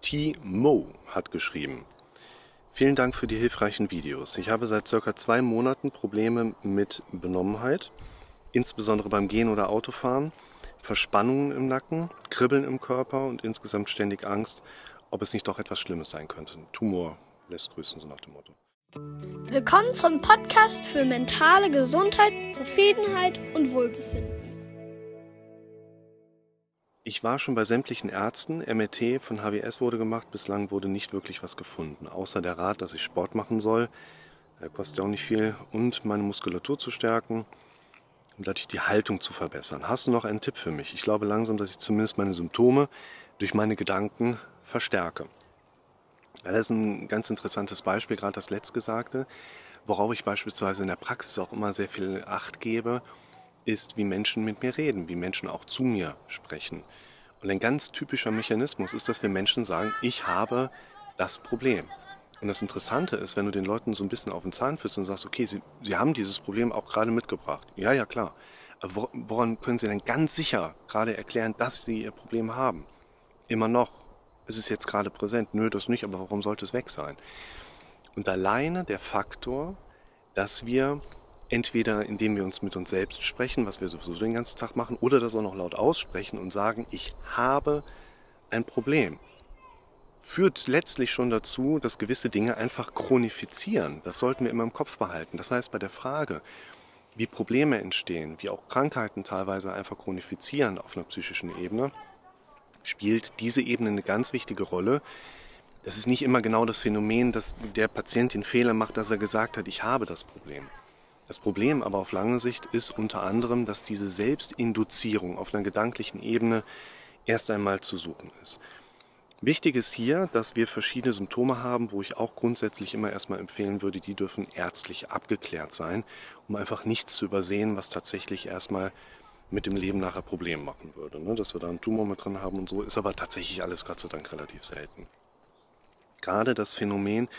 T-Mo hat geschrieben: Vielen Dank für die hilfreichen Videos. Ich habe seit ca. 2 Monaten Probleme mit Benommenheit, insbesondere beim Gehen oder Autofahren, Verspannungen im Nacken, Kribbeln im Körper und insgesamt ständig Angst, ob es nicht doch etwas Schlimmes sein könnte. Tumor lässt grüßen, so nach dem Motto. Willkommen zum Podcast für mentale Gesundheit, Zufriedenheit und Wohlbefinden. Ich war schon bei sämtlichen Ärzten, MRT von HWS wurde gemacht, bislang wurde nicht wirklich was gefunden, außer der Rat, dass ich Sport machen soll, kostet ja auch nicht viel, und meine Muskulatur zu stärken, um dadurch die Haltung zu verbessern. Hast du noch einen Tipp für mich? Ich glaube langsam, dass ich zumindest meine Symptome durch meine Gedanken verstärke. Das ist ein ganz interessantes Beispiel, gerade das Letztgesagte. Worauf ich beispielsweise in der Praxis auch immer sehr viel Acht gebe, ist, wie Menschen mit mir reden, wie Menschen auch zu mir sprechen. Und ein ganz typischer Mechanismus ist, dass wir Menschen sagen, ich habe das Problem. Und das Interessante ist, wenn du den Leuten so ein bisschen auf den Zahn fühlst und sagst, okay, sie haben dieses Problem auch gerade mitgebracht. Ja, klar. Aber woran können sie denn ganz sicher gerade erklären, dass sie ihr Problem haben? Immer noch. Ist es jetzt gerade präsent? Nö, das nicht, aber warum sollte es weg sein? Und alleine der Faktor, dass wir entweder indem wir uns mit uns selbst sprechen, was wir sowieso den ganzen Tag machen, oder das auch noch laut aussprechen und sagen, ich habe ein Problem, führt letztlich schon dazu, dass gewisse Dinge einfach chronifizieren. Das sollten wir immer im Kopf behalten. Das heißt, bei der Frage, wie Probleme entstehen, wie auch Krankheiten teilweise einfach chronifizieren auf einer psychischen Ebene, spielt diese Ebene eine ganz wichtige Rolle. Das ist nicht immer genau das Phänomen, dass der Patient den Fehler macht, dass er gesagt hat, ich habe das Problem. Das Problem aber auf lange Sicht ist unter anderem, dass diese Selbstinduzierung auf einer gedanklichen Ebene erst einmal zu suchen ist. Wichtig ist hier, dass wir verschiedene Symptome haben, wo ich auch grundsätzlich immer erstmal empfehlen würde, die dürfen ärztlich abgeklärt sein, um einfach nichts zu übersehen, was tatsächlich erstmal mit dem Leben nachher Probleme machen würde. Dass wir da einen Tumor mit drin haben und so, ist aber tatsächlich alles Gott sei Dank relativ selten. Gerade das Phänomen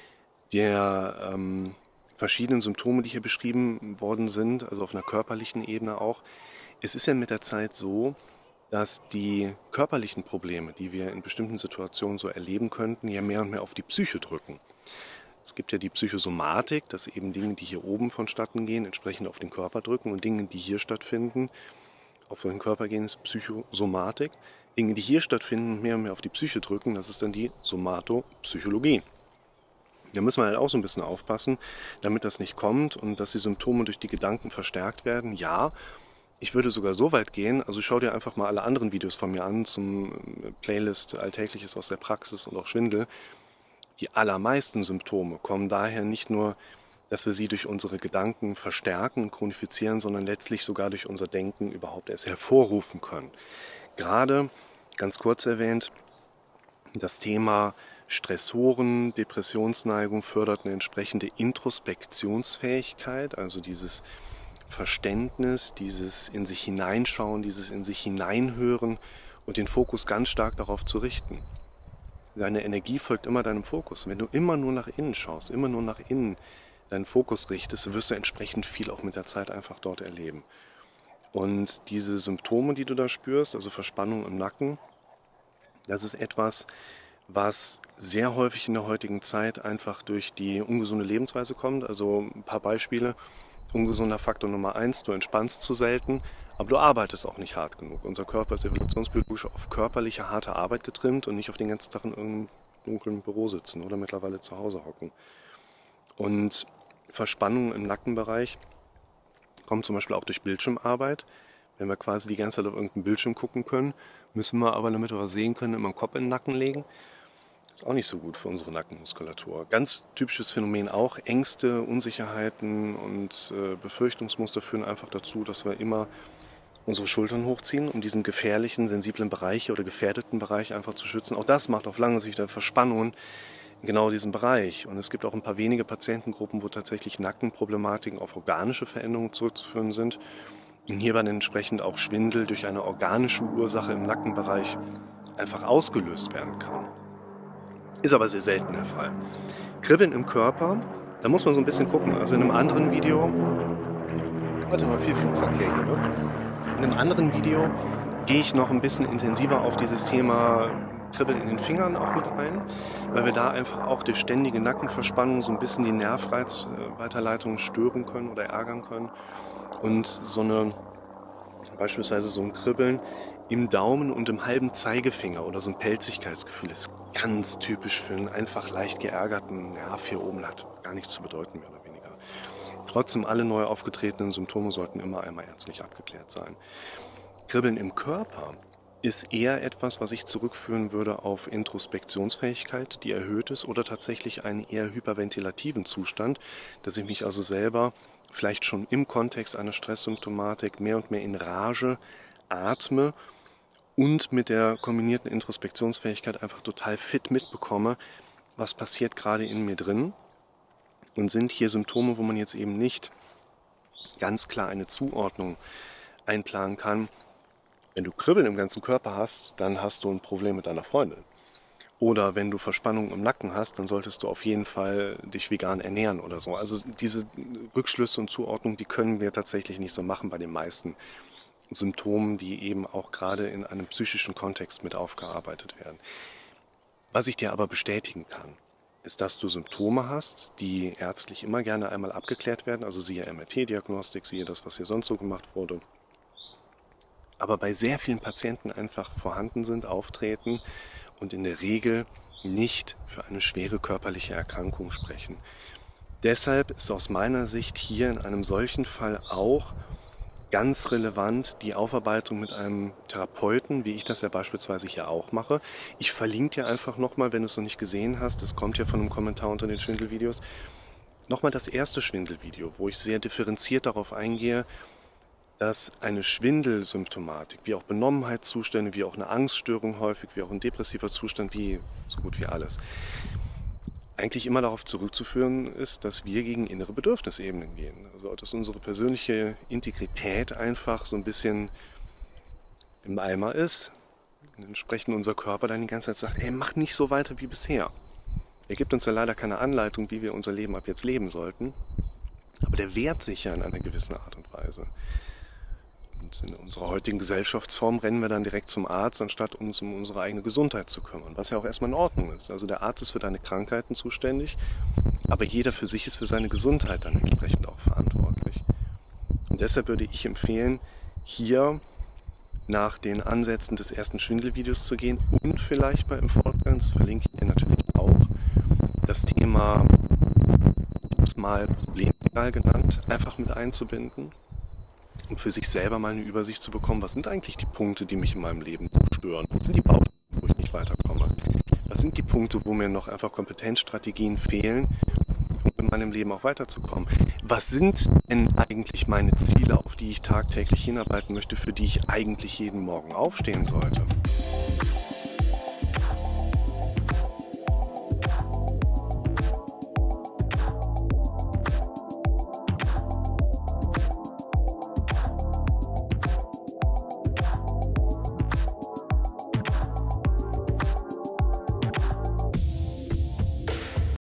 der verschiedenen Symptome, die hier beschrieben worden sind, also auf einer körperlichen Ebene auch. Es ist ja mit der Zeit so, dass die körperlichen Probleme, die wir in bestimmten Situationen so erleben könnten, ja mehr und mehr auf die Psyche drücken. Es gibt ja die Psychosomatik, dass eben Dinge, die hier oben vonstatten gehen, entsprechend auf den Körper drücken, und Dinge, die hier stattfinden, auf den Körper gehen, ist Psychosomatik. Dinge, die hier stattfinden, mehr und mehr auf die Psyche drücken, das ist dann die Somatopsychologie. Da müssen wir halt auch so ein bisschen aufpassen, damit das nicht kommt und dass die Symptome durch die Gedanken verstärkt werden. Ja, ich würde sogar so weit gehen, also schau dir einfach mal alle anderen Videos von mir an zum Playlist Alltägliches aus der Praxis und auch Schwindel. Die allermeisten Symptome kommen daher nicht nur, dass wir sie durch unsere Gedanken verstärken und chronifizieren, sondern letztlich sogar durch unser Denken überhaupt erst hervorrufen können. Gerade, ganz kurz erwähnt, das Thema Stressoren, Depressionsneigung fördert eine entsprechende Introspektionsfähigkeit, also dieses Verständnis, dieses in sich hineinschauen, dieses in sich hineinhören und den Fokus ganz stark darauf zu richten. Deine Energie folgt immer deinem Fokus. Wenn du immer nur nach innen schaust, immer nur nach innen deinen Fokus richtest, wirst du entsprechend viel auch mit der Zeit einfach dort erleben. Und diese Symptome, die du da spürst, also Verspannung im Nacken, das ist etwas, was sehr häufig in der heutigen Zeit einfach durch die ungesunde Lebensweise kommt. Also ein paar Beispiele. Ungesunder Faktor Nummer 1, du entspannst zu selten, aber du arbeitest auch nicht hart genug. Unser Körper ist evolutionsbiologisch auf körperliche, harte Arbeit getrimmt und nicht auf den ganzen Tag in irgendeinem dunklen Büro sitzen oder mittlerweile zu Hause hocken. Und Verspannungen im Nackenbereich kommen zum Beispiel auch durch Bildschirmarbeit. Wenn wir quasi die ganze Zeit auf irgendeinen Bildschirm gucken können, müssen wir aber, damit wir was sehen können, immer den Kopf in den Nacken legen. Das ist auch nicht so gut für unsere Nackenmuskulatur. Ganz typisches Phänomen auch, Ängste, Unsicherheiten und Befürchtungsmuster führen einfach dazu, dass wir immer unsere Schultern hochziehen, um diesen gefährlichen, sensiblen Bereich oder gefährdeten Bereich einfach zu schützen. Auch das macht auf lange Sicht Verspannungen in genau diesem Bereich. Und es gibt auch ein paar wenige Patientengruppen, wo tatsächlich Nackenproblematiken auf organische Veränderungen zurückzuführen sind. Und hierbei entsprechend auch Schwindel durch eine organische Ursache im Nackenbereich einfach ausgelöst werden kann. Ist aber sehr selten der Fall. Kribbeln im Körper, da muss man so ein bisschen gucken. Also in einem anderen Video, warte mal, viel Flugverkehr hier, ne? In einem anderen Video gehe ich noch ein bisschen intensiver auf dieses Thema Kribbeln in den Fingern auch mit ein, weil wir da einfach auch durch ständige Nackenverspannung so ein bisschen die Nervreizweiterleitung stören können oder ärgern können. Und beispielsweise so ein Kribbeln im Daumen und im halben Zeigefinger oder so ein Pelzigkeitsgefühl ist ganz typisch für einen einfach leicht geärgerten Nerv hier oben, hat gar nichts zu bedeuten, mehr oder weniger. Trotzdem, alle neu aufgetretenen Symptome sollten immer einmal ärztlich abgeklärt sein. Kribbeln im Körper ist eher etwas, was ich zurückführen würde auf Introspektionsfähigkeit, die erhöht ist, oder tatsächlich einen eher hyperventilativen Zustand, dass ich mich also selber vielleicht schon im Kontext einer Stresssymptomatik mehr und mehr in Rage atme und mit der kombinierten Introspektionsfähigkeit einfach total fit mitbekomme, was passiert gerade in mir drin, und sind hier Symptome, wo man jetzt eben nicht ganz klar eine Zuordnung einplanen kann. Wenn du Kribbeln im ganzen Körper hast, dann hast du ein Problem mit deiner Freundin. Oder wenn du Verspannung im Nacken hast, dann solltest du auf jeden Fall dich vegan ernähren oder so. Also diese Rückschlüsse und Zuordnung, die können wir tatsächlich nicht so machen bei den meisten Symptomen, die eben auch gerade in einem psychischen Kontext mit aufgearbeitet werden. Was ich dir aber bestätigen kann, ist, dass du Symptome hast, die ärztlich immer gerne einmal abgeklärt werden. Also siehe MRT-Diagnostik, siehe das, was hier sonst so gemacht wurde. Aber bei sehr vielen Patienten einfach vorhanden sind, auftreten und in der Regel nicht für eine schwere körperliche Erkrankung sprechen. Deshalb ist aus meiner Sicht hier in einem solchen Fall auch ganz relevant die Aufarbeitung mit einem Therapeuten, wie ich das ja beispielsweise hier auch mache. Ich verlinke dir einfach nochmal, wenn du es noch nicht gesehen hast, das kommt ja von einem Kommentar unter den Schwindelvideos, nochmal das erste Schwindelvideo, wo ich sehr differenziert darauf eingehe, dass eine Schwindelsymptomatik, wie auch Benommenheitszustände, wie auch eine Angststörung häufig, wie auch ein depressiver Zustand, wie so gut wie alles, eigentlich immer darauf zurückzuführen ist, dass wir gegen innere Bedürfnisebenen gehen. Also dass unsere persönliche Integrität einfach so ein bisschen im Eimer ist. Und entsprechend unser Körper dann die ganze Zeit sagt, ey, mach nicht so weiter wie bisher. Er gibt uns ja leider keine Anleitung, wie wir unser Leben ab jetzt leben sollten. Aber der wehrt sich ja in einer gewissen Art und Weise. Und in unserer heutigen Gesellschaftsform rennen wir dann direkt zum Arzt, anstatt uns um unsere eigene Gesundheit zu kümmern, was ja auch erstmal in Ordnung ist. Also der Arzt ist für deine Krankheiten zuständig, aber jeder für sich ist für seine Gesundheit dann entsprechend auch verantwortlich. Und deshalb würde ich empfehlen, hier nach den Ansätzen des ersten Schwindelvideos zu gehen und vielleicht mal im Fortgang, das verlinke ich dir natürlich auch, das Thema, ich habe es mal Problemregal genannt, einfach mit einzubinden, um für sich selber mal eine Übersicht zu bekommen, was sind eigentlich die Punkte, die mich in meinem Leben stören, wo sind die Baustellen, wo ich nicht weiterkomme, was sind die Punkte, wo mir noch einfach Kompetenzstrategien fehlen, um in meinem Leben auch weiterzukommen. Was sind denn eigentlich meine Ziele, auf die ich tagtäglich hinarbeiten möchte, für die ich eigentlich jeden Morgen aufstehen sollte?